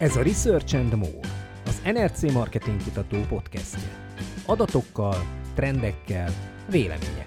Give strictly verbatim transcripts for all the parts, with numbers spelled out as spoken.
Ez a Research and More, az en er cé Marketing Kutató podcastje. Adatokkal, trendekkel, véleményekkel.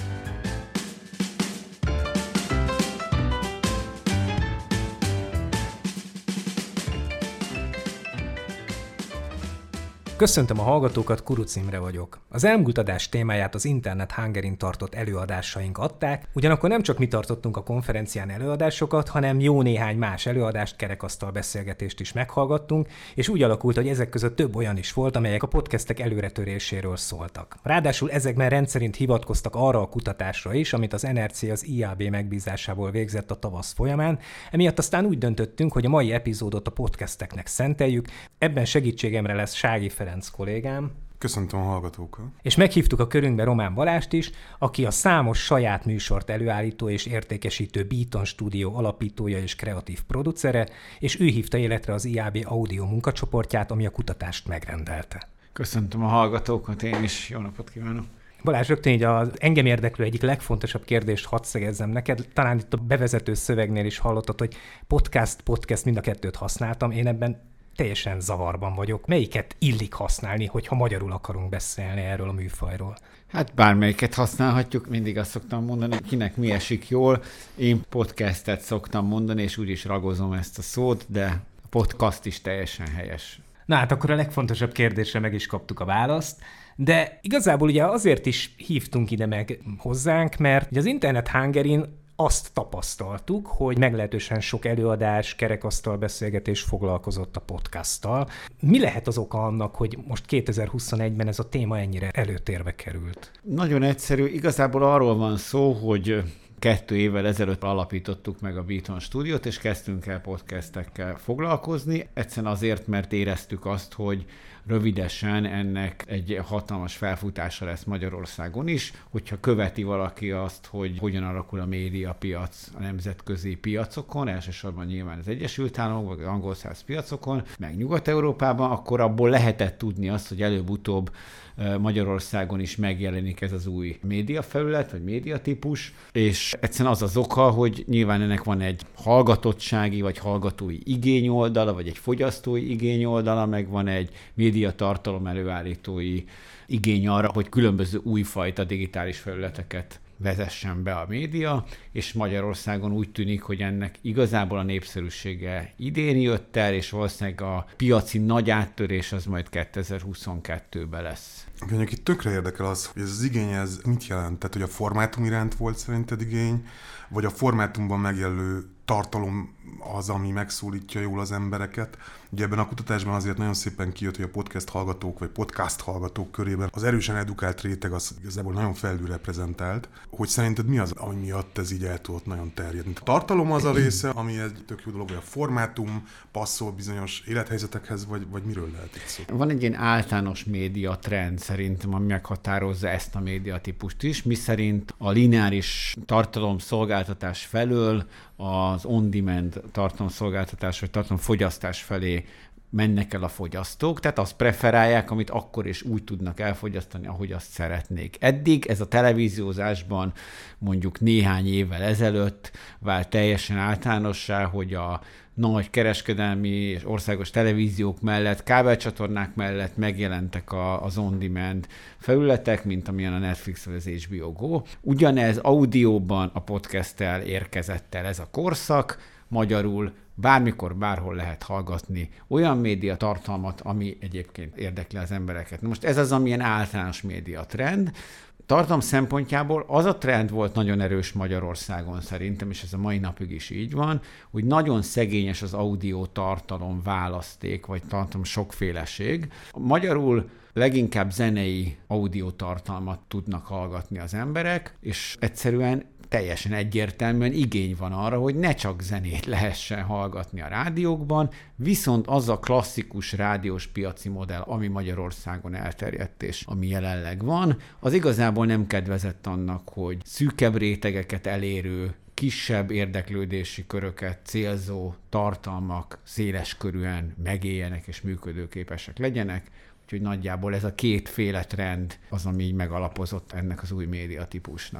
Köszöntöm a hallgatókat, Kuruc Imre vagyok. Az elmúlt adás témáját az Internet Hungary'n tartott előadásaink adták, ugyanakkor nem csak mi tartottunk a konferencián előadásokat, hanem jó néhány más előadást, kerekasztal beszélgetést is meghallgattunk, és úgy alakult, hogy ezek között több olyan is volt, amelyek a podcastek előretöréséről szóltak. Ráadásul ezekben rendszerint hivatkoztak arra a kutatásra is, amit az en er cé az i á bé megbízásából végzett a tavasz folyamán, emiatt aztán úgy döntöttünk, hogy a mai epizódot a podcasteknek szenteljük, ebben segítségemre lesz Sági Ferenc kollégám. Köszöntöm a hallgatókat. És meghívtuk a körünkbe Román Balást is, aki a számos saját műsort előállító és értékesítő Beaton Studio alapítója és kreatív producere, és ő hívta életre az i á bé audio munkacsoportját, ami a kutatást megrendelte. Köszöntöm a hallgatókat, én is jó napot kívánok. Balázs, rögtön így az engem érdeklő egyik legfontosabb kérdést hadd szegezzem neked. Talán itt a bevezető szövegnél is hallottad, hogy podcast, podcast, mind a kettőt használtam. Én ebben teljesen zavarban vagyok. Melyiket illik használni, hogyha magyarul akarunk beszélni erről a műfajról? Hát bármelyiket használhatjuk, mindig azt szoktam mondani, kinek mi esik jól. Én podcastet szoktam mondani, és úgy is ragozom ezt a szót, de a podcast is teljesen helyes. Na hát akkor a legfontosabb kérdésre meg is kaptuk a választ, de igazából ugye azért is hívtunk ide meg hozzánk, mert az Internet Hungary'n azt tapasztaltuk, hogy meglehetősen sok előadás, kerekasztal beszélgetés foglalkozott a podcasttal. Mi lehet az oka annak, hogy most kétezer-huszonegyben ez a téma ennyire előtérbe került? Nagyon egyszerű. Igazából arról van szó, hogy kettő évvel ezelőtt alapítottuk meg a Beaton Studiót, és kezdtünk el podcastekkel foglalkozni. Egyszerűen azért, mert éreztük azt, hogy rövidesen ennek egy hatalmas felfutása lesz Magyarországon is, hogyha követi valaki azt, hogy hogyan alakul a médiapiac a nemzetközi piacokon, elsősorban nyilván az Egyesült Államok, vagy az angol száz piacokon, meg Nyugat-Európában, akkor abból lehetett tudni azt, hogy előbb-utóbb Magyarországon is megjelenik ez az új médiafelület, vagy médiatípus, és egyszerűen az az oka, hogy nyilván ennek van egy hallgatottsági, vagy hallgatói igényoldala, vagy egy fogyasztói igényoldala, meg van egy médiatartalom előállítói igény arra, hogy különböző újfajta digitális felületeket vezessen be a média, és Magyarországon úgy tűnik, hogy ennek igazából a népszerűsége idén jött el, és valószínűleg a piaci nagy áttörés az majd kétezer-huszonkettőben lesz. Önök itt tökre érdekel az, hogy ez az igény, ez mit jelent? Tehát, hogy a formátum iránt volt szerinted igény, vagy a formátumban megjelenő tartalom az, ami megszólítja jól az embereket. Ugye ebben a kutatásban azért nagyon szépen kijött, hogy a podcast hallgatók, vagy podcast hallgatók körében az erősen edukált réteg az igazából nagyon felülreprezentált. Hogy szerinted mi az, ami miatt ez így el tudott nagyon terjedni? A tartalom az a része, ami egy tök jó dolog, vagy a formátum passzol bizonyos élethelyzetekhez, vagy, vagy miről lehet itt szó? Van egy ilyen általános média trend szerintem, ami meghatározza ezt a médiatípust is, miszerint a lineáris tartalomszolgáltatás felől az on-demand tartalomszolgáltatás vagy tartalomfogyasztás felé mennek el a fogyasztók, tehát azt preferálják, amit akkor is úgy tudnak elfogyasztani, ahogy azt szeretnék. Eddig ez a televíziózásban mondjuk néhány évvel ezelőtt vált teljesen általánossá, hogy a nagy kereskedelmi és országos televíziók mellett, kábelcsatornák mellett megjelentek a, az on-demand felületek, mint amilyen a Netflix vagy az há bé o Go. Ugyanez audióban a podcasttel érkezett el ez a korszak, magyarul bármikor, bárhol lehet hallgatni olyan média tartalmat, ami egyébként érdekli az embereket. Na most ez az, amilyen általános média trend. Tartalom szempontjából az a trend volt nagyon erős Magyarországon szerintem, és ez a mai napig is így van, hogy nagyon szegényes az audio tartalom választék, vagy tartalom sokféleség. Magyarul leginkább zenei audio tartalmat tudnak hallgatni az emberek, és egyszerűen teljesen egyértelműen igény van arra, hogy ne csak zenét lehessen hallgatni a rádiókban, viszont az a klasszikus rádiós piaci modell, ami Magyarországon elterjedt és ami jelenleg van, az igazából nem kedvezett annak, hogy szűkebb rétegeket elérő, kisebb érdeklődési köröket célzó tartalmak széleskörűen megéljenek és működőképesek legyenek, úgyhogy nagyjából ez a kétféle trend az, ami így megalapozott ennek az új médiatípusnak.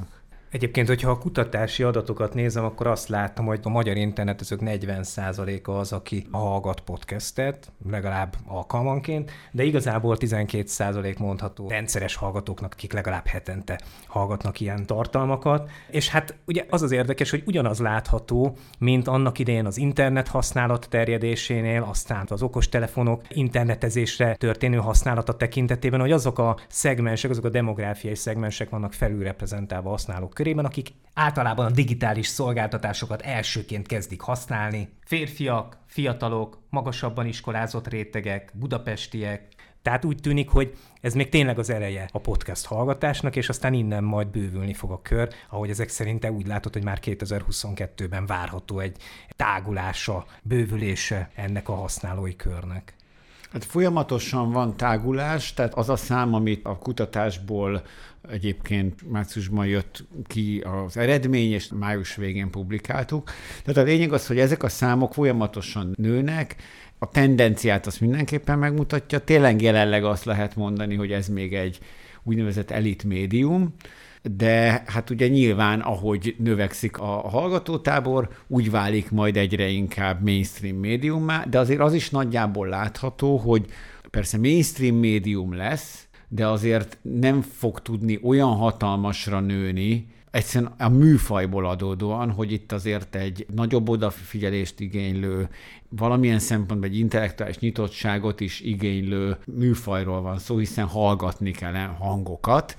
Egyébként, hogyha a kutatási adatokat nézem, akkor azt látom, hogy a magyar internetezők negyven százaléka az, aki hallgat podcastet, legalább alkalmanként, de igazából tizenkét százalék mondható rendszeres hallgatóknak, akik legalább hetente hallgatnak ilyen tartalmakat. És hát ugye az az érdekes, hogy ugyanaz látható, mint annak idején az internet használat terjedésénél, aztán az okostelefonok internetezésre történő használata tekintetében, hogy azok a szegmensek, azok a demográfiai szegmensek vannak felülreprezentálva használók körében, akik általában a digitális szolgáltatásokat elsőként kezdik használni. Férfiak, fiatalok, magasabban iskolázott rétegek, budapestiek. Tehát úgy tűnik, hogy ez még tényleg az eleje a podcast hallgatásnak, és aztán innen majd bővülni fog a kör, ahogy ezek szerint te úgy látod, hogy már kétezer-huszonkettőben várható egy tágulása, bővülése ennek a használói körnek. Hát folyamatosan van tágulás, tehát az a szám, amit a kutatásból egyébként márciusban jött ki az eredmény, és május végén publikáltuk. Tehát a lényeg az, hogy ezek a számok folyamatosan nőnek, a tendenciát azt mindenképpen megmutatja. Tényleg jelenleg azt lehet mondani, hogy ez még egy úgynevezett elit médium, de hát ugye nyilván, ahogy növekszik a hallgatótábor, úgy válik majd egyre inkább mainstream médiummá, de azért az is nagyjából látható, hogy persze mainstream médium lesz, de azért nem fog tudni olyan hatalmasra nőni, egyszerűen a műfajból adódóan, hogy itt azért egy nagyobb odafigyelést igénylő, valamilyen szempontból egy intellektuális nyitottságot is igénylő műfajról van szó, hiszen hallgatni kell hangokat,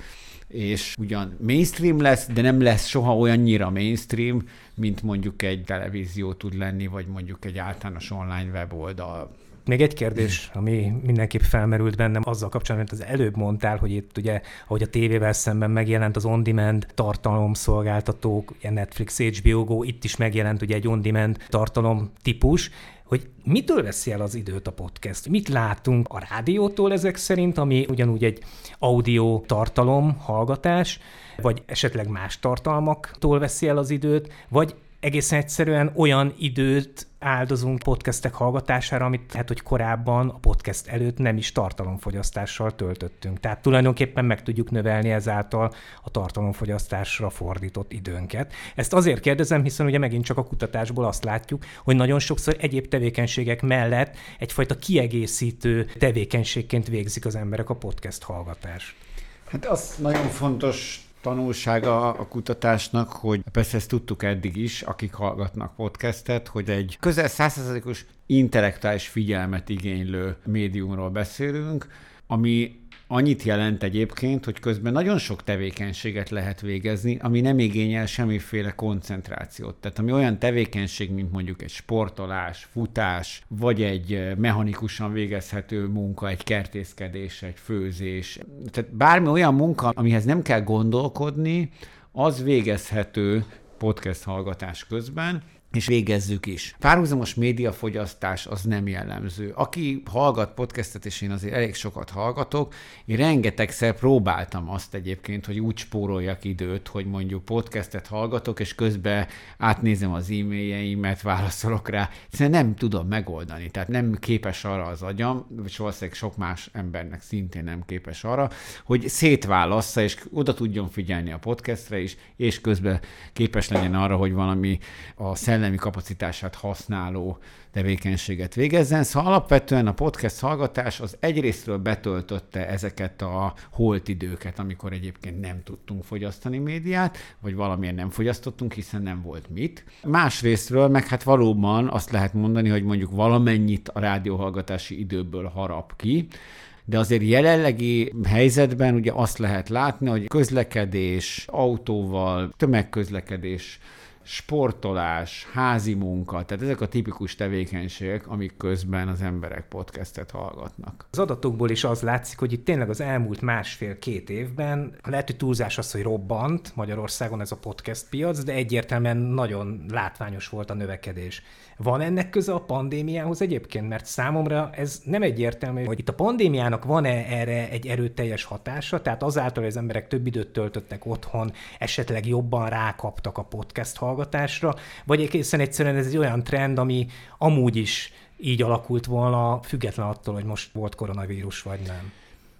és ugyan mainstream lesz, de nem lesz soha olyannyira mainstream, mint mondjuk egy televízió tud lenni, vagy mondjuk egy általános online weboldal. Még egy kérdés, ami mindenképp felmerült bennem azzal kapcsolatban, amit az előbb mondtál, hogy itt ugye, ahogy a tévével szemben megjelent az on-demand tartalomszolgáltatók, ilyen Netflix, há bé o Go, itt is megjelent ugye egy on-demand tartalom típus, hogy mitől veszi el az időt a podcast? Mit látunk a rádiótól ezek szerint, ami ugyanúgy egy audio tartalom, hallgatás, vagy esetleg más tartalmaktól veszi el az időt, vagy egészen egyszerűen olyan időt áldozunk podcastek hallgatására, amit hát, hogy korábban a podcast előtt nem is tartalomfogyasztással töltöttünk. Tehát tulajdonképpen meg tudjuk növelni ezáltal a tartalomfogyasztásra fordított időnket. Ezt azért kérdezem, hiszen ugye megint csak a kutatásból azt látjuk, hogy nagyon sokszor egyéb tevékenységek mellett egyfajta kiegészítő tevékenységként végzik az emberek a podcast hallgatást. Hát az nagyon fontos tanulsága a kutatásnak, hogy persze ezt tudtuk eddig is, akik hallgatnak podcastet, hogy egy közel száz százalékos intellektuális figyelmet igénylő médiumról beszélünk, ami annyit jelent egyébként, hogy közben nagyon sok tevékenységet lehet végezni, ami nem igényel semmiféle koncentrációt. Tehát ami olyan tevékenység, mint mondjuk egy sportolás, futás, vagy egy mechanikusan végezhető munka, egy kertészkedés, egy főzés. Tehát bármi olyan munka, amihez nem kell gondolkodni, az végezhető podcast hallgatás közben, és végezzük is. Párhuzamos médiafogyasztás az nem jellemző. Aki hallgat podcastet, és én azért elég sokat hallgatok, én rengetegszer próbáltam azt egyébként, hogy úgy spóroljak időt, hogy mondjuk podcastet hallgatok, és közben átnézem az e-mailjeimet, válaszolok rá. Egyszerűen nem tudom megoldani, tehát nem képes arra az agyam, és valószínűleg sok más embernek szintén nem képes arra, hogy szétválassza, és oda tudjon figyelni a podcastre is, és közben képes legyen arra, hogy valami a szellemi kapacitását használó tevékenységet végezzen. Szóval alapvetően a podcast hallgatás az egyrésztről betöltötte ezeket a holt időket, amikor egyébként nem tudtunk fogyasztani médiát, vagy valamilyen nem fogyasztottunk, hiszen nem volt mit. Másrésztről meg hát valóban azt lehet mondani, hogy mondjuk valamennyit a rádióhallgatási időből harap ki, de azért jelenlegi helyzetben ugye azt lehet látni, hogy közlekedés, autóval, tömegközlekedés, sportolás, házi munka, tehát ezek a tipikus tevékenységek, amik közben az emberek podcastet hallgatnak. Az adatokból is az látszik, hogy itt tényleg az elmúlt másfél-két évben, lehet, hogy túlzás az, hogy robbant Magyarországon ez a podcast piac, de egyértelműen nagyon látványos volt a növekedés. Van ennek köze a pandémiához egyébként? Mert számomra ez nem egyértelmű, hogy itt a pandémiának van-e erre egy erőteljes hatása, tehát azáltal, hogy az emberek több időt töltöttek otthon, esetleg jobban rákaptak a podcast hallgatásra, vagy egészen egyszerűen ez egy olyan trend, ami amúgy is így alakult volna, független attól, hogy most volt koronavírus, vagy nem.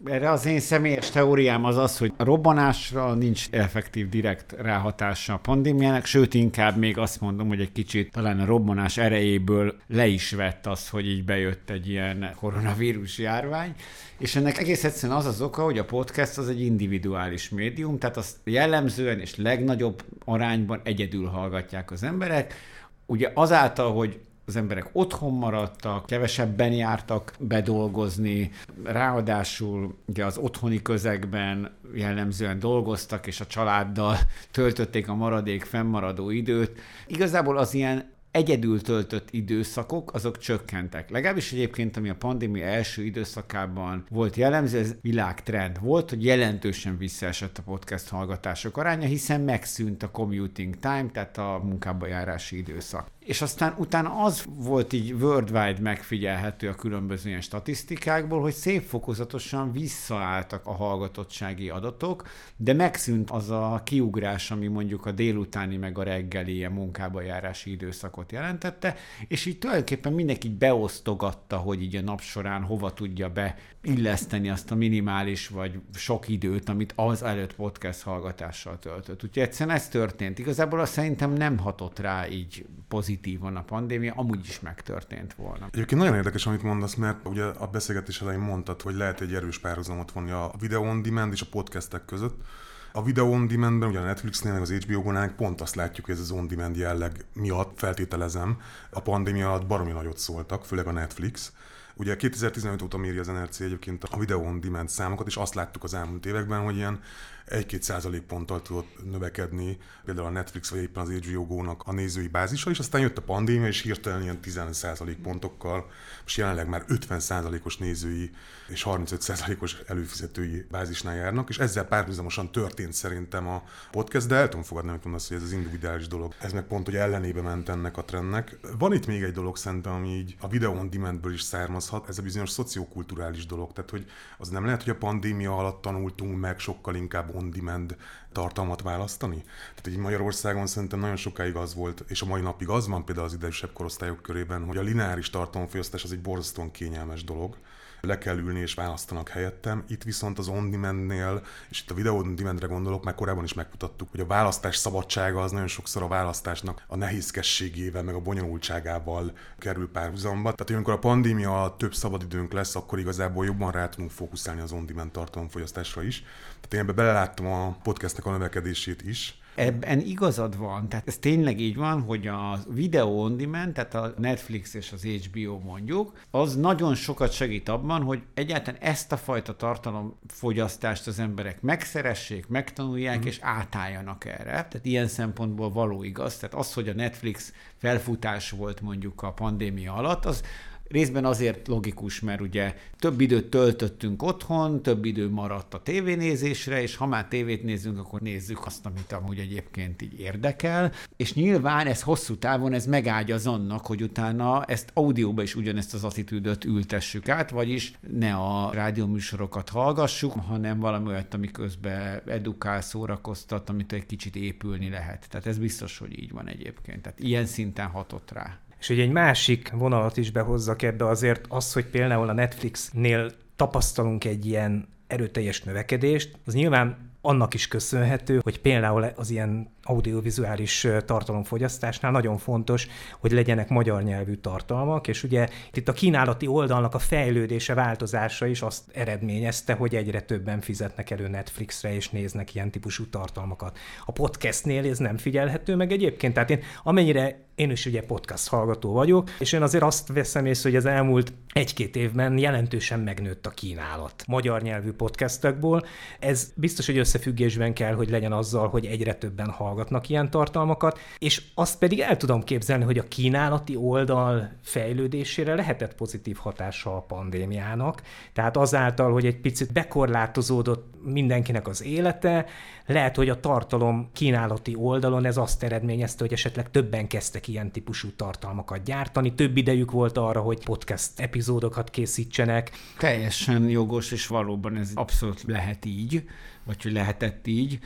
Erre az én személyes teóriám az az, hogy a robbanásra nincs effektív, direkt ráhatása a pandémiának, sőt inkább még azt mondom, hogy egy kicsit talán a robbanás erejéből le is vett az, hogy így bejött egy ilyen koronavírus járvány, és ennek egész egyszerűen az az oka, hogy a podcast az egy individuális médium, tehát azt jellemzően és legnagyobb arányban egyedül hallgatják az emberek. Ugye azáltal, hogy az emberek otthon maradtak, kevesebben jártak bedolgozni, ráadásul ugye az otthoni közegben jellemzően dolgoztak, és a családdal töltötték a maradék fennmaradó időt. Igazából az ilyen egyedül töltött időszakok, azok csökkentek. Legalábbis egyébként, ami a pandémia első időszakában volt jellemző, ez világtrend volt, hogy jelentősen visszaesett a podcast hallgatások aránya, hiszen megszűnt a commuting time, tehát a munkába járási időszak. És aztán utána az volt így worldwide megfigyelhető a különböző ilyen statisztikákból, hogy szép fokozatosan visszaálltak a hallgatottsági adatok, de megszűnt az a kiugrás, ami mondjuk a délutáni meg a reggeli ilyen munkába járási időszakot jelentette, és így tulajdonképpen mindenki beosztogatta, hogy így a nap során hova tudja beilleszteni azt a minimális vagy sok időt, amit az előtt podcast hallgatással töltött. Úgyhogy egyszerűen ez történt. Igazából azt szerintem nem hatott rá így pozitívan a pandémia, amúgy is megtörtént volna. Egyébként nagyon érdekes, amit mondasz, mert ugye a beszélgetés elején mondtad, hogy lehet egy erős párhuzamot vonni a Video on Demand és a podcastek között. A Video on Demandben, ugye a Netflixnél, meg az há bé ó-nál pont azt látjuk, hogy ez az on demand jelleg miatt, feltételezem, a pandémia alatt baromi nagyot szóltak, főleg a Netflix. Ugye kétezer-tizenöt óta méri az en er cé egyébként a Video on Demand számokat, és azt láttuk az elmúlt években, hogy ilyen egy-két százalékponttal tudott növekedni például a Netflix vagy éppen az há bé ó-nak a nézői bázisa, és aztán jött a pandémia, és hirtelen ilyen tíz százalékpontokkal, most jelenleg már ötven százalékos nézői és harmincöt százalékos előfizetői bázisnál járnak, és ezzel párhuzamosan történt szerintem a podcast, de el tudom fogadni, amit mondasz, hogy ez az individuális dolog. Ez meg pont, hogy ellenébe ment ennek a trendnek. Van itt még egy dolog szerintem, ami így a Video on Demandből is származhat, ez a bizonyos szociokulturális dolog, tehát hogy az nem lehet, hogy a pandémia alatt tanultunk meg sokkal inkább on-demand tartalmat választani? Tehát így Magyarországon szerintem nagyon sokáig az volt, és a mai napig az van például az idősebb korosztályok körében, hogy a lineáris tartalomfogyasztás az egy borzasztóan kényelmes dolog. Le kell ülni és választanak helyettem. Itt viszont az on-demandnél, és itt a Video on Demandre gondolok, már korábban is megmutattuk, hogy a választás szabadsága az nagyon sokszor a választásnak a nehézkességével, meg a bonyolultságával kerül párhuzamba. Tehát, hogy amikor a pandémia alatt több szabadidőnk lesz, akkor igazából jobban rá tudunk fókuszálni az on-demand tartalomfogyasztásra is. Tehát én ebbe beleláttam a podcastnek a növekedését is. Ebben igazad van, tehát ez tényleg így van, hogy a Video on Demand, tehát a Netflix és az há bé ó mondjuk, az nagyon sokat segít abban, hogy egyáltalán ezt a fajta tartalomfogyasztást az emberek megszeressék, megtanulják mm. és átálljanak erre. Tehát ilyen szempontból való igaz. Tehát az, hogy a Netflix felfutás volt mondjuk a pandémia alatt, az részben azért logikus, mert ugye több időt töltöttünk otthon, több idő maradt a tévénézésre, és ha már tévét nézzünk, akkor nézzük azt, amit amúgy egyébként így érdekel. És nyilván ez hosszú távon ez megágyaz annak, hogy utána ezt audióba is ugyanezt az attitűdöt ültessük át, vagyis ne a rádióműsorokat hallgassuk, hanem valami olyat, ami közben edukál, szórakoztat, amit egy kicsit épülni lehet. Tehát ez biztos, hogy így van egyébként. Tehát ilyen szinten hatott rá. És hogy egy másik vonalat is behozzak ebbe, azért az, hogy például a Netflixnél tapasztalunk egy ilyen erőteljes növekedést, az nyilván annak is köszönhető, hogy például az ilyen audiovizuális tartalomfogyasztásnál nagyon fontos, hogy legyenek magyar nyelvű tartalmak, és ugye itt a kínálati oldalnak a fejlődése, változása is azt eredményezte, hogy egyre többen fizetnek elő Netflixre, és néznek ilyen típusú tartalmakat. A podcastnél ez nem figyelhető meg egyébként, tehát én amennyire én is ugye podcast hallgató vagyok, és én azért azt veszem észre, hogy az elmúlt egy-két évben jelentősen megnőtt a kínálat magyar nyelvű podcastekból. Ez biztos, hogy összefüggésben kell, hogy legyen azzal, hogy egyre többen hallgatnak ilyen tartalmakat, és azt pedig el tudom képzelni, hogy a kínálati oldal fejlődésére lehetett pozitív hatása a pandémiának. Tehát azáltal, hogy egy picit bekorlátozódott mindenkinek az élete, lehet, hogy a tartalom kínálati oldalon ez azt eredményezte, hogy esetleg többen kezdtek ilyen típusú tartalmakat gyártani, több idejük volt arra, hogy podcast epizódokat készítsenek. Teljesen jogos, és valóban ez abszolút lehet így, vagy hogy lehetett így.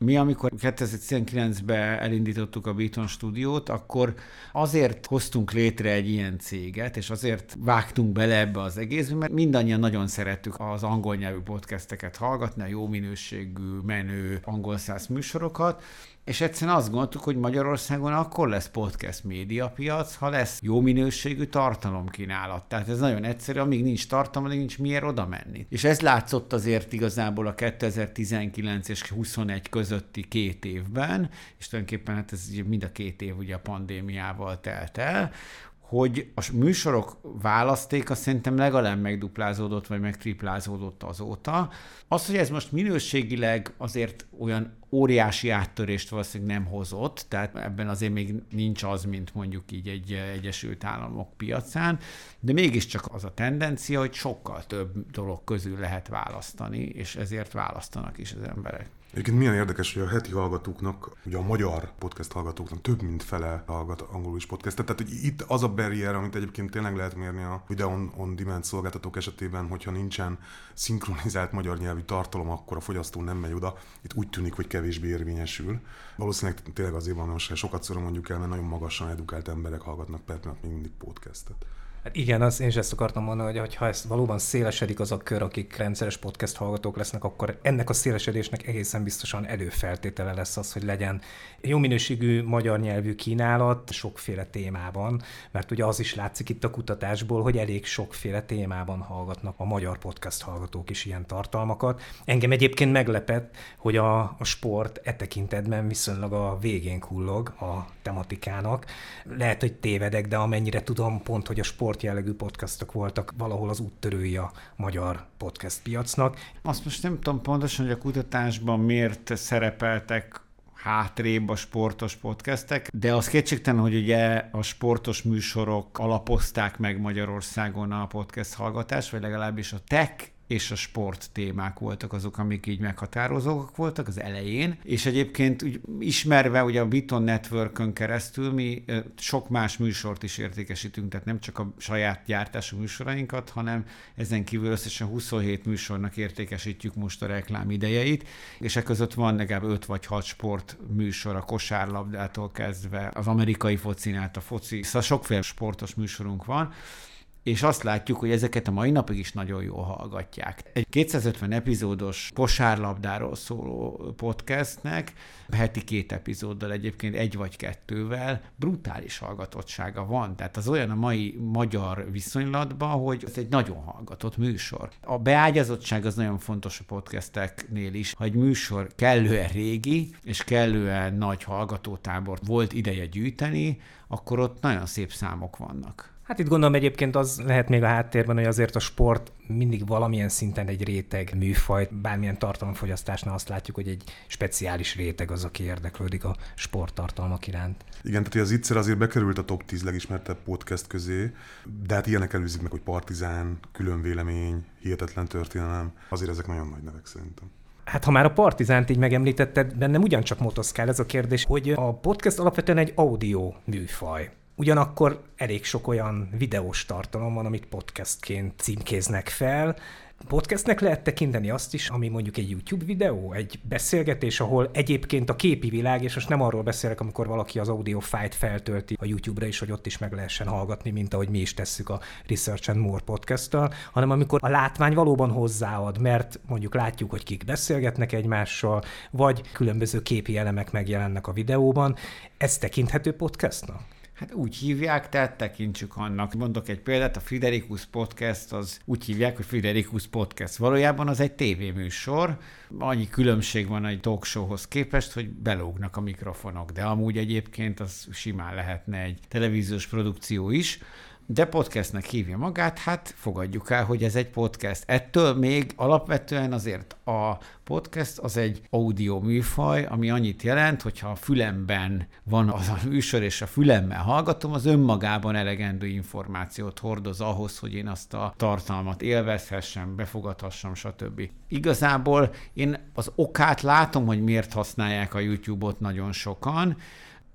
Mi, amikor kétezer-tizenkilencben elindítottuk a Beaton stúdiót, akkor azért hoztunk létre egy ilyen céget, és azért vágtunk bele ebbe az egészbe, mert mindannyian nagyon szerettük az angol nyelvű podcasteket hallgatni, a jó minőségű, menő angol száz műsorokat, és egyszerűen azt gondoltuk, hogy Magyarországon akkor lesz podcast médiapiac, ha lesz jó minőségű tartalomkínálat. Tehát ez nagyon egyszerű, amíg nincs tartalom, addig nincs miért oda menni. És ez látszott azért igazából a kétezer-tizenkilenc és huszonegy közötti két évben, és tulajdonképpen hát ez mind a két év ugye a pandémiával telt el, hogy a műsorok választéka szerintem legalább megduplázódott, vagy megtriplázódott azóta. Az, hogy ez most minőségileg azért olyan óriási áttörést valószínűleg nem hozott, tehát ebben azért még nincs az, mint mondjuk így egy Egyesült Államok piacán, de mégiscsak az a tendencia, hogy sokkal több dolog közül lehet választani, és ezért választanak is az emberek. Egyébként milyen érdekes, hogy a heti hallgatóknak, ugye a magyar podcast hallgatóknak több mint fele hallgat angolul is podcastet. Tehát hogy itt az a barrier, amit egyébként tényleg lehet mérni a Video on Demand szolgáltatók esetében, hogyha nincsen szinkronizált magyar nyelvű tartalom, akkor a fogyasztó nem megy oda. Itt úgy tűnik, hogy kevésbé érvényesül. Valószínűleg tényleg azért van, most sokat szóra mondjuk el, mert nagyon magasan edukált emberek hallgatnak per pillanat még mindig podcastet. Hát igen, az, én is ezt akartam mondani, hogy ha ez valóban szélesedik az a kör, akik rendszeres podcast hallgatók lesznek, akkor ennek a szélesedésnek egészen biztosan előfeltétele lesz az, hogy legyen jó minőségű magyar nyelvű kínálat sokféle témában, mert ugye az is látszik itt a kutatásból, hogy elég sokféle témában hallgatnak a magyar podcast hallgatók is ilyen tartalmakat. Engem egyébként meglepett, hogy a, a sport e tekintetben viszonylag a végén kullog a tematikának. Lehet, hogy tévedek, de amennyire tudom, pont, hogy a sport jellegű podcastok voltak valahol az úttörői a magyar podcast piacnak. Azt most nem tudom pontosan, hogy a kutatásban miért szerepeltek hátrébb a sportos podcastek, de az kétségtelen, hogy ugye a sportos műsorok alapozták meg Magyarországon a podcast hallgatást, vagy legalábbis a tech és a sport témák voltak azok, amik így meghatározóak voltak az elején, és egyébként úgy, ismerve ugye a Beaton Networkön keresztül mi sok más műsort is értékesítünk, tehát nem csak a saját gyártású műsorainkat, hanem ezen kívül összesen huszonhét műsornak értékesítjük most a reklám idejeit, és e között van legalább öt vagy hat sport műsor, a kosárlabdától kezdve az amerikai focinál át a foci, szóval sokféle sportos műsorunk van, és azt látjuk, hogy ezeket a mai napig is nagyon jól hallgatják. Egy kétszázötven epizódos kosárlabdáról szóló podcastnek heti két epizóddal, egyébként egy vagy kettővel brutális hallgatottsága van. Tehát az olyan a mai magyar viszonylatban, hogy ez egy nagyon hallgatott műsor. A beágyazottság az nagyon fontos a podcasteknél is, ha egy műsor kellően régi, és kellően nagy hallgatótábor volt ideje gyűjteni, akkor ott nagyon szép számok vannak. Hát itt gondolom egyébként az lehet még a háttérben, hogy azért a sport mindig valamilyen szinten egy réteg műfaj, bármilyen tartalomfogyasztásnál azt látjuk, hogy egy speciális réteg az, aki érdeklődik a sporttartalmak iránt. Igen, tehát az Ittszer azért bekerült a top tíz legismertebb podcast közé, de hát ilyenek előzik meg, hogy Partizán, Külön vélemény, Hihetetlen történelem, azért ezek nagyon nagy nevek szerintem. Hát ha már a Partizánt így megemlítetted, bennem ugyancsak motoszkál ez a kérdés, hogy a podcast alapvetően egy audio műfaj. Ugyanakkor elég sok olyan videós tartalom van, amit podcastként címkéznek fel. Podcastnek lehet tekinteni azt is, ami mondjuk egy YouTube videó, egy beszélgetés, ahol egyébként a képi világ, és most nem arról beszélek, amikor valaki az audio fájlt feltölti a YouTube-ra is, hogy ott is meg lehessen hallgatni, mint ahogy mi is tesszük a Research and More podcasttal, hanem amikor a látvány valóban hozzáad, mert mondjuk látjuk, hogy kik beszélgetnek egymással, vagy különböző képi elemek megjelennek a videóban. Ez tekinthető podcastnak? Hát úgy hívják, tehát tekintsük annak. Mondok egy példát, a Friderikus Podcast, az úgy hívják, hogy Friderikus Podcast. Valójában az egy tévéműsor, annyi különbség van egy talk showhoz képest, hogy belógnak a mikrofonok, de amúgy egyébként az simán lehetne egy televíziós produkció is, de podcastnek hívja magát, hát fogadjuk el, hogy ez egy podcast. Ettől még alapvetően azért a podcast az egy audio műfaj, ami annyit jelent, hogyha a fülemben van az a műsor, és a fülemmel hallgatom, az önmagában elegendő információt hordoz ahhoz, hogy én azt a tartalmat élvezhessem, befogadhassam, stb. Igazából én az okát látom, hogy miért használják a YouTube-ot nagyon sokan,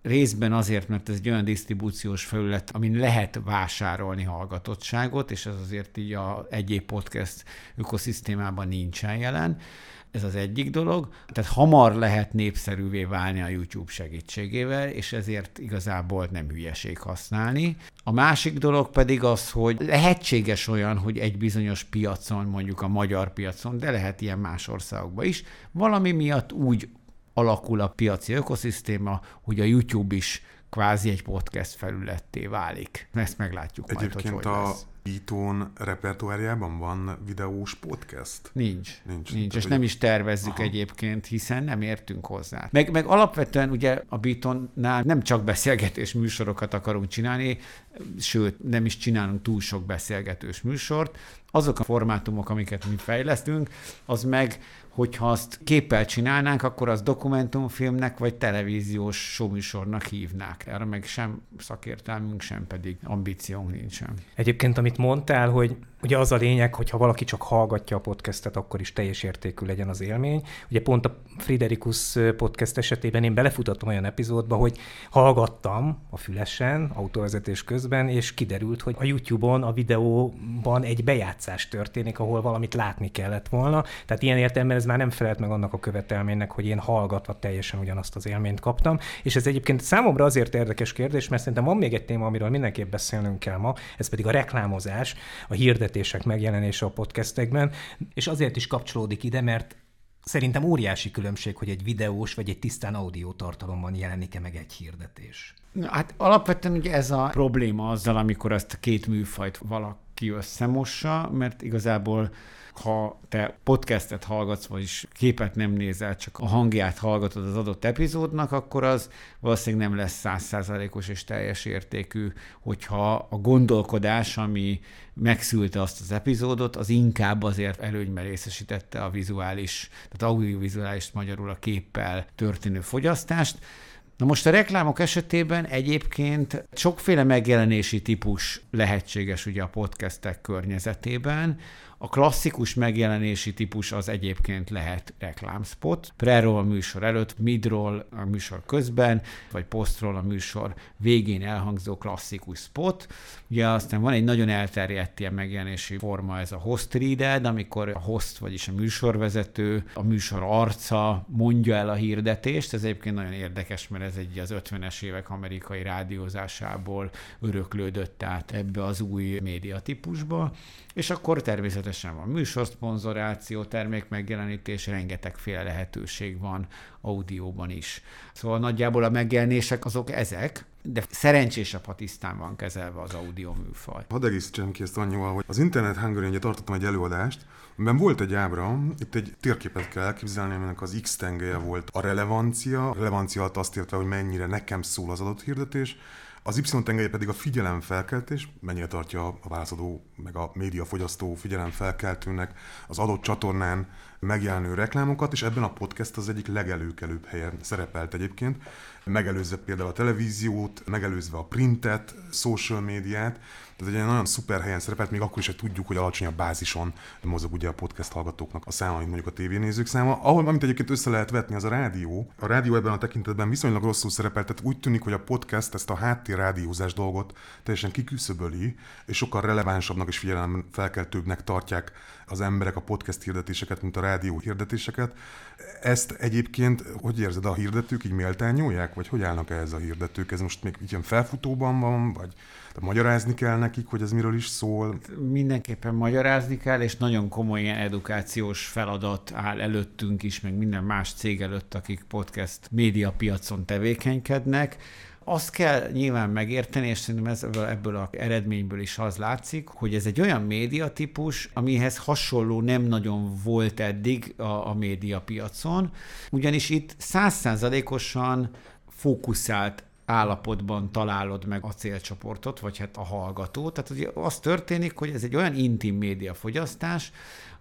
részben azért, mert ez egy olyan disztribúciós felület, amin lehet vásárolni hallgatottságot, és ez azért így a egyéb podcast ökoszisztémában nincsen jelen. Ez az egyik dolog. Tehát hamar lehet népszerűvé válni a YouTube segítségével, és ezért igazából nem hülyeség használni. A másik dolog pedig az, hogy lehetséges olyan, hogy egy bizonyos piacon, mondjuk a magyar piacon, de lehet ilyen más országokban is, valami miatt úgy alakul a piaci ökoszisztéma, hogy a YouTube is kvázi egy podcast felületté válik. Ezt meglátjuk majd, Egyébként hogy hogy a lesz. Beaton repertoárjában van videós podcast? Nincs. Nincs. Nincs, és hogy... nem is tervezzük Aha. egyébként, hiszen nem értünk hozzá. Meg, meg alapvetően ugye a Beatonnál nem csak beszélgetés műsorokat akarunk csinálni, sőt, nem is csinálunk túl sok beszélgetős műsort. Azok a formátumok, amiket mi fejlesztünk, az meg, hogyha azt képpel csinálnánk, akkor az dokumentumfilmnek vagy televíziós showműsornak hívnák. Erre meg sem szakértelmünk, sem pedig ambíciónk nincsen. Egyébként, amit mondtál, hogy ugye az a lényeg, hogy ha valaki csak hallgatja a podcastet, akkor is teljes értékű legyen az élmény. Ugye pont a Friderikus podcast esetében én belefutottam olyan epizódba, hogy hallgattam a fülesen, autóvezetés közben, és kiderült, hogy a YouTube-on, a videóban egy bejátszás történik, ahol valamit látni kellett volna. Tehát ilyen értelemben ez már nem felelt meg annak a követelménynek, hogy én hallgatva teljesen ugyanazt az élményt kaptam. És ez egyébként számomra azért érdekes kérdés, mert szerintem van még egy téma, amiről mindenképp beszélnünk kell ma, ez pedig a reklámozás, a hirdetések megjelenése a podcastekben, és azért is kapcsolódik ide, mert szerintem óriási különbség, hogy egy videós vagy egy tisztán audio tartalomban jelenik-e meg egy hirdetés. Na, hát alapvetően ugye ez a probléma azzal, amikor ezt a két műfajt valaki összemossa, mert igazából ha te podcastet hallgatsz, vagyis képet nem nézel, csak a hangját hallgatod az adott epizódnak, akkor az valószínűleg nem lesz száz százalékos és teljes értékű, hogyha a gondolkodás, ami megszülte azt az epizódot, az inkább azért előnyben részesítette a vizuális, tehát audiovizuális, magyarul a képpel történő fogyasztást. Na most a reklámok esetében egyébként sokféle megjelenési típus lehetséges ugye a podcastek környezetében. A klasszikus megjelenési típus az egyébként lehet reklámspot, pre-roll a műsor előtt, mid-roll a műsor közben, vagy post-roll a műsor végén elhangzó klasszikus spot. Ugye aztán van egy nagyon elterjedt ilyen megjelenési forma, ez a host readed, amikor a host, vagyis a műsorvezető, a műsor arca mondja el a hirdetést. Ez egyébként nagyon érdekes, mert ez egy az ötvenes évek amerikai rádiózásából öröklődött át ebbe az új médiatípusba. És akkor természetesen van műsorszponzoráció, termékmegjelenítés, rengetegféle lehetőség van audióban is. Szóval nagyjából a megjelenések azok ezek, de szerencsésebb, ha tisztán van kezelve az audio műfaj. Hadd egészítsem ki ezt annyival, hogy az Internet Hungary-n ugye tartottam egy előadást, amiben volt egy ábra, itt egy térképet kell elképzelni, aminek az X tengelye volt a relevancia. A relevancia alatt azt értve, hogy mennyire nekem szól az adott hirdetés, az Y tengelye pedig a figyelemfelkeltés, mennyire tartja a válaszadó, meg a médiafogyasztó figyelemfelkeltőnek az adott csatornán megjelenő reklámokat, és ebben a podcast az egyik legelőkelőbb helyen szerepelt egyébként, megelőzve például a televíziót, megelőzve a printet, social médiát, tehát egy nagyon szuper helyen szerepelt, még akkor is, hogy tudjuk, hogy alacsonyabb bázison mozog ugye a podcast hallgatóknak a száma, mint mondjuk a tévénézők száma. Ahol, amit egyébként össze lehet vetni, az a rádió. A rádió ebben a tekintetben viszonylag rosszul szerepelt, tehát úgy tűnik, hogy a podcast ezt a háttérrádiózás dolgot teljesen kiküszöböli, és sokkal relevánsabbnak és figyelemfelkeltőbbnek tartják az emberek a podcast hirdetéseket, mint a rádió hirdetéseket. Ezt egyébként, hogy érzed, a hirdetők így méltányolják, vagy hogy állnak ehhez a hirdetők? Ez most még ilyen felfutóban van, vagy magyarázni kell nekik, hogy ez miről is szól? Mindenképpen magyarázni kell, és nagyon komoly ilyen edukációs feladat áll előttünk is, meg minden más cég előtt, akik podcast médiapiacon tevékenykednek. Azt kell nyilván megérteni, és szerintem ebből, ebből az eredményből is az látszik, hogy ez egy olyan médiatípus, amihez hasonló nem nagyon volt eddig a, a médiapiacon, ugyanis itt száz százalékosan fókuszált állapotban találod meg a célcsoportot, vagy hát a hallgatót. Tehát ugye az történik, hogy ez egy olyan intim médiafogyasztás,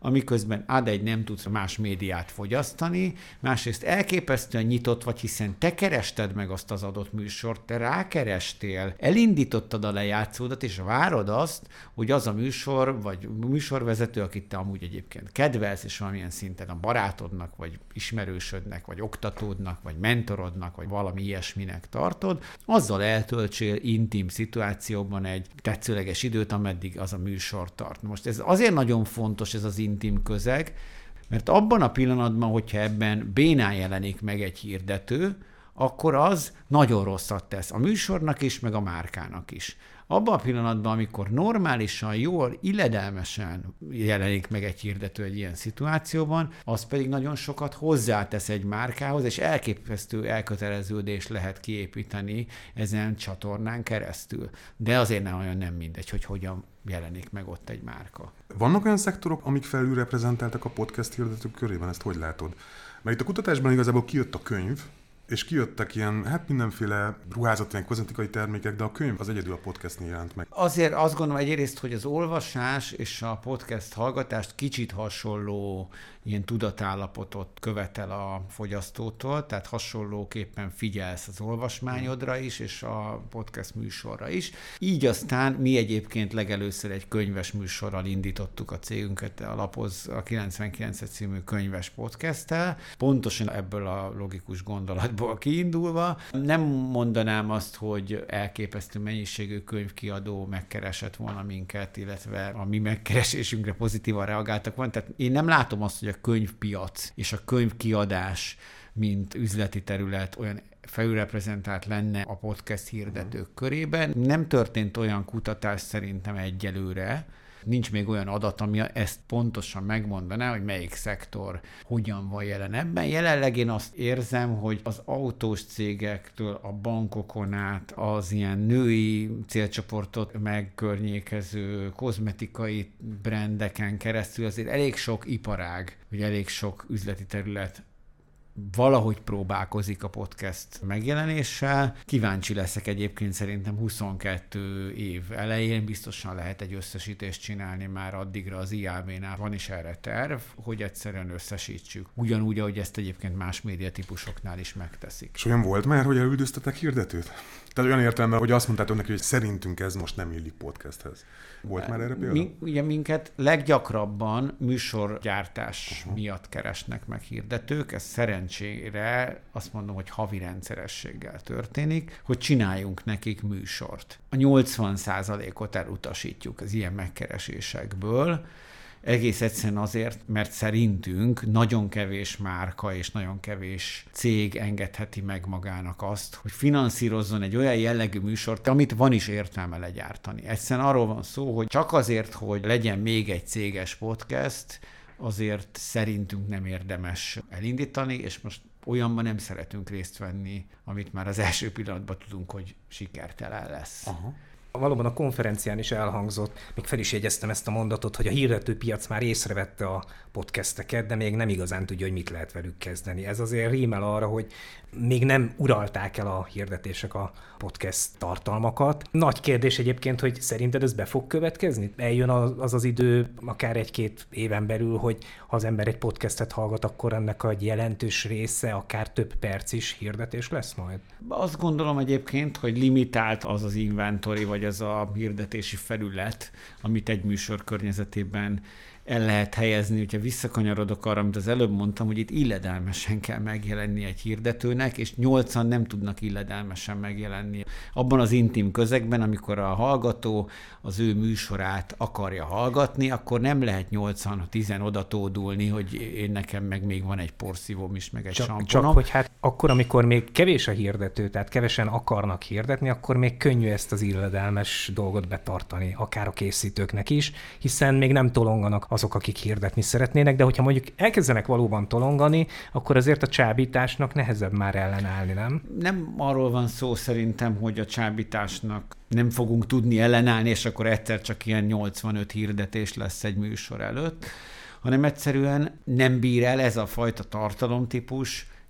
amiközben ad egy nem tudsz más médiát fogyasztani, másrészt elképesztően nyitott vagy, hiszen te kerested meg azt az adott műsort, te rákerestél, elindítottad a lejátszódat, és várod azt, hogy az a műsor, vagy műsorvezető, akit te amúgy egyébként kedvelsz, és valamilyen szinten a barátodnak, vagy ismerősödnek, vagy oktatódnak, vagy mentorodnak, vagy valami ilyesminek tartod, azzal eltöltsél intim szituációban egy tetszőleges időt, ameddig az a műsor tart. Most ez azért nagyon fontos, ez az intim közeg, mert abban a pillanatban, hogyha ebben bénán jelenik meg egy hirdető, akkor az nagyon rosszat tesz a műsornak is, meg a márkának is. Abban a pillanatban, amikor normálisan, jól, illedelmesen jelenik meg egy hirdető egy ilyen szituációban, az pedig nagyon sokat hozzátesz egy márkához, és elképesztő elköteleződést lehet kiépíteni ezen csatornán keresztül. De azért nem olyan nem mindegy, hogy hogyan jelenik meg ott egy márka. Vannak olyan szektorok, amik felülreprezentáltak a podcast hirdetők körében, ezt hogy látod? Mert itt a kutatásban igazából kijött a könyv, és kijöttek ilyen, hát mindenféle ruházati, ilyen kozmetikai termékek, de a könyv az egyedül a podcastnél jelent meg. Azért azt gondolom egyrészt, hogy az olvasás és a podcast hallgatást kicsit hasonló ilyen tudatállapotot követel a fogyasztótól, tehát hasonlóképpen figyelsz az olvasmányodra is, és a podcast műsorra is. Így aztán mi egyébként legelőször egy könyves műsorral indítottuk a cégünket, a Lapoz a kilencvenkilenc című könyves podcasttel, pontosan ebből a logikus gondolatból kiindulva. Nem mondanám azt, hogy elképesztő mennyiségű könyvkiadó megkeresett volna minket, illetve a mi megkeresésünkre pozitívan reagáltak volna. Tehát én nem látom azt, hogy a könyvpiac és a könyvkiadás, mint üzleti terület olyan felülreprezentált lenne a podcast hirdetők körében. Nem történt olyan kutatás szerintem egyelőre, nincs még olyan adat, ami ezt pontosan megmondaná, hogy melyik szektor hogyan van jelen ebben. Jelenleg én azt érzem, hogy az autós cégektől a bankokon át az ilyen női célcsoportot megkörnyékező kozmetikai brandeken keresztül azért elég sok iparág, vagy elég sok üzleti terület valahogy próbálkozik a podcast megjelenéssel. Kíváncsi leszek egyébként, szerintem huszonkettő év elején biztosan lehet egy összesítést csinálni, már addigra az i á bé-nál van is erre terv, hogy egyszerűen összesítsük. Ugyanúgy, ahogy ezt egyébként más médiatípusoknál is megteszik. És olyan volt már, hogy elüldöztetek hirdetőt? Tehát olyan értelemben, hogy azt mondtátok neki, hogy szerintünk ez most nem illik podcasthez. Volt már erre példa? Mi, ugye minket leggyakrabban műsorgyártás uh-huh. miatt keresnek meg hirdetők, ez szerencsére azt mondom, hogy havi rendszerességgel történik, hogy csináljunk nekik műsort. A nyolcvan százalékot elutasítjuk az ilyen megkeresésekből, egész egyszerűen azért, mert szerintünk nagyon kevés márka és nagyon kevés cég engedheti meg magának azt, hogy finanszírozzon egy olyan jellegű műsort, amit van is értelme legyártani. Egyszerűen arról van szó, hogy csak azért, hogy legyen még egy céges podcast, azért szerintünk nem érdemes elindítani, és most olyanban nem szeretünk részt venni, amit már az első pillanatban tudunk, hogy sikertelen lesz. Aha. Valóban a konferencián is elhangzott, még fel is jegyeztem ezt a mondatot, hogy a hirdetőpiac már észrevette a podcasteket, de még nem igazán tudja, hogy mit lehet velük kezdeni. Ez azért rímel arra, hogy még nem uralták el a hirdetések a podcast tartalmakat. Nagy kérdés egyébként, hogy szerinted ez be fog következni? Eljön az az idő, akár egy-két éven belül, hogy ha az ember egy podcastet hallgat, akkor ennek egy jelentős része, akár több perc is hirdetés lesz majd? Azt gondolom egyébként, hogy limitált az az inventory, vagy az a hirdetési felület, amit egy műsor környezetében el lehet helyezni, hogyha visszakanyarodok arra, amit az előbb mondtam, hogy itt illedelmesen kell megjelenni egy hirdetőnek, és nyolcan nem tudnak illedelmesen megjelenni. Abban az intim közegben, amikor a hallgató az ő műsorát akarja hallgatni, akkor nem lehet nyolcan, tizen oda tódulni, hogy én nekem meg még van egy porszívóm is, meg egy csak, samponom. Csak hogy hát akkor, amikor még kevés a hirdető, tehát kevesen akarnak hirdetni, akkor még könnyű ezt az illedelmes dolgot betartani, akár a készítőknek is, hiszen még nem tolonganak azok, akik hirdetni szeretnének, de hogyha mondjuk elkezdenek valóban tolongani, akkor azért a csábításnak nehezebb már ellenállni, nem? Nem arról van szó szerintem, hogy a csábításnak nem fogunk tudni ellenállni, és akkor egyszer csak ilyen nyolcvanöt hirdetés lesz egy műsor előtt, hanem egyszerűen nem bír el ez a fajta tartalomtípus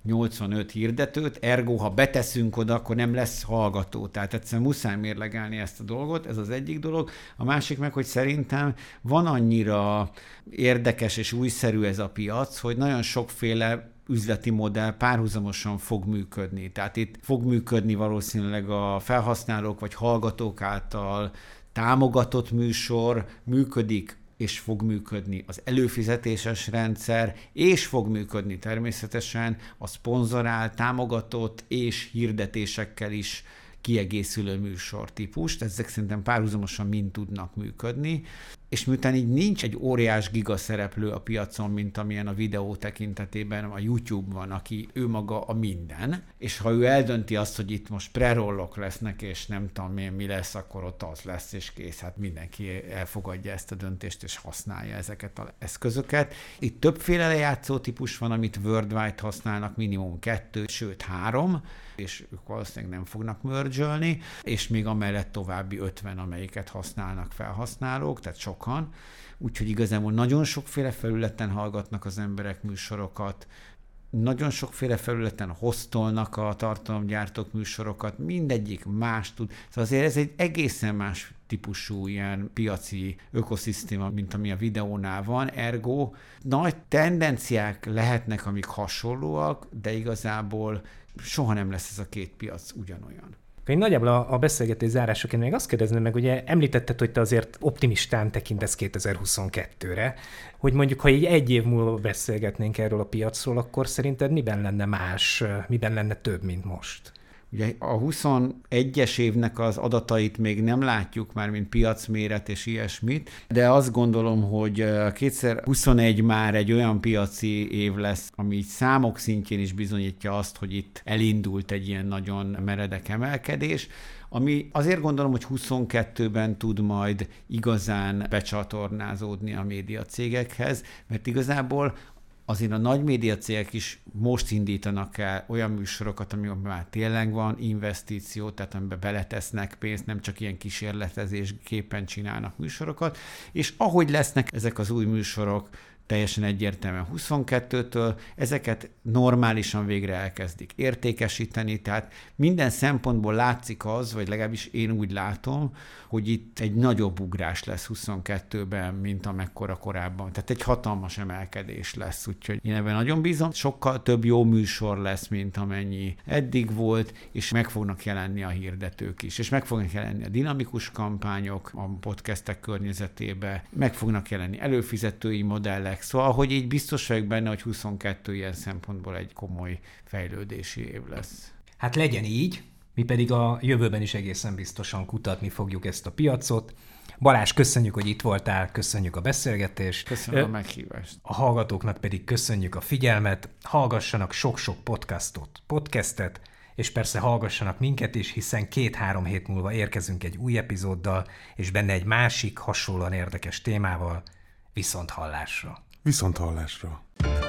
nyolcvanöt hirdetőt, ergo, ha beteszünk oda, akkor nem lesz hallgató. Tehát egyszerűen muszáj mérlegelni ezt a dolgot, ez az egyik dolog. A másik meg, hogy szerintem van annyira érdekes és újszerű ez a piac, hogy nagyon sokféle üzleti modell párhuzamosan fog működni. Tehát itt fog működni valószínűleg a felhasználók vagy hallgatók által támogatott műsor, működik és fog működni az előfizetéses rendszer, és fog működni természetesen a szponzorált, támogatott és hirdetésekkel is kiegészülő műsortípust. Ezek szerintem párhuzamosan mind tudnak működni. És miután így nincs egy óriás gigaszereplő a piacon, mint amilyen a videó tekintetében a YouTube van, aki ő maga a minden, és ha ő eldönti azt, hogy itt most prerollok lesznek, és nem tudom mi, mi lesz, akkor ott az lesz, és kész. Hát mindenki elfogadja ezt a döntést, és használja ezeket az eszközöket. Itt többféle lejátszó típus van, amit worldwide használnak, minimum kettő, sőt három, és ők valószínűleg nem fognak merge-ölni, és még amellett további ötven, amelyiket használnak felhasználók, tehát sokan. Úgyhogy igazából nagyon sokféle felületen hallgatnak az emberek műsorokat, nagyon sokféle felületen hostolnak a tartalomgyártók műsorokat, mindegyik más tud. Szóval azért ez egy egészen más típusú ilyen piaci ökoszisztéma, mint ami a videónál van, ergo nagy tendenciák lehetnek, amik hasonlóak, de igazából soha nem lesz ez a két piac ugyanolyan. Én nagyjából a, a beszélgetés zárásaként még azt kérdezném meg, ugye említetted, hogy te azért optimistán tekintesz kétezer-huszonkettőre, hogy mondjuk, ha így egy év múlva beszélgetnénk erről a piacról, akkor szerinted miben lenne más, miben lenne több, mint most? Ugye a huszonegyes évnek az adatait még nem látjuk már, mint piacméret és ilyesmit, de azt gondolom, hogy kétezer-huszonegy már egy olyan piaci év lesz, ami számok szintjén is bizonyítja azt, hogy itt elindult egy ilyen nagyon meredek emelkedés, ami azért gondolom, hogy huszonkettőben tud majd igazán becsatornázódni a médiacégekhez, mert igazából azért a nagy médiacégek is most indítanak el olyan műsorokat, amiben már tényleg van investíció, tehát amiben beletesznek pénzt, nem csak ilyen kísérletezésképpen csinálnak műsorokat, és ahogy lesznek ezek az új műsorok, teljesen egyértelműen huszonkettőtől, ezeket normálisan végre elkezdik értékesíteni, tehát minden szempontból látszik az, vagy legalábbis én úgy látom, hogy itt egy nagyobb ugrás lesz huszonkettőben, mint amekkora korábban. Tehát egy hatalmas emelkedés lesz, úgyhogy én ebben nagyon bízom. Sokkal több jó műsor lesz, mint amennyi eddig volt, és meg fognak jelenni a hirdetők is, és meg fognak jelenni a dinamikus kampányok a podcastek környezetébe, meg fognak jelenni előfizetői modellek, szóval, hogy így biztos vagyok benne, hogy huszonkettő ilyen szempontból egy komoly fejlődési év lesz. Hát legyen így, mi pedig a jövőben is egészen biztosan kutatni fogjuk ezt a piacot. Balázs, köszönjük, hogy itt voltál, köszönjük a beszélgetést. Köszönöm a meghívást. A hallgatóknak pedig köszönjük a figyelmet, hallgassanak sok-sok podcastot, podcastet, és persze hallgassanak minket is, hiszen két-három hét múlva érkezünk egy új epizóddal, és benne egy másik, hasonlóan érdekes témával. Viszont hallásra. Viszont hallásra.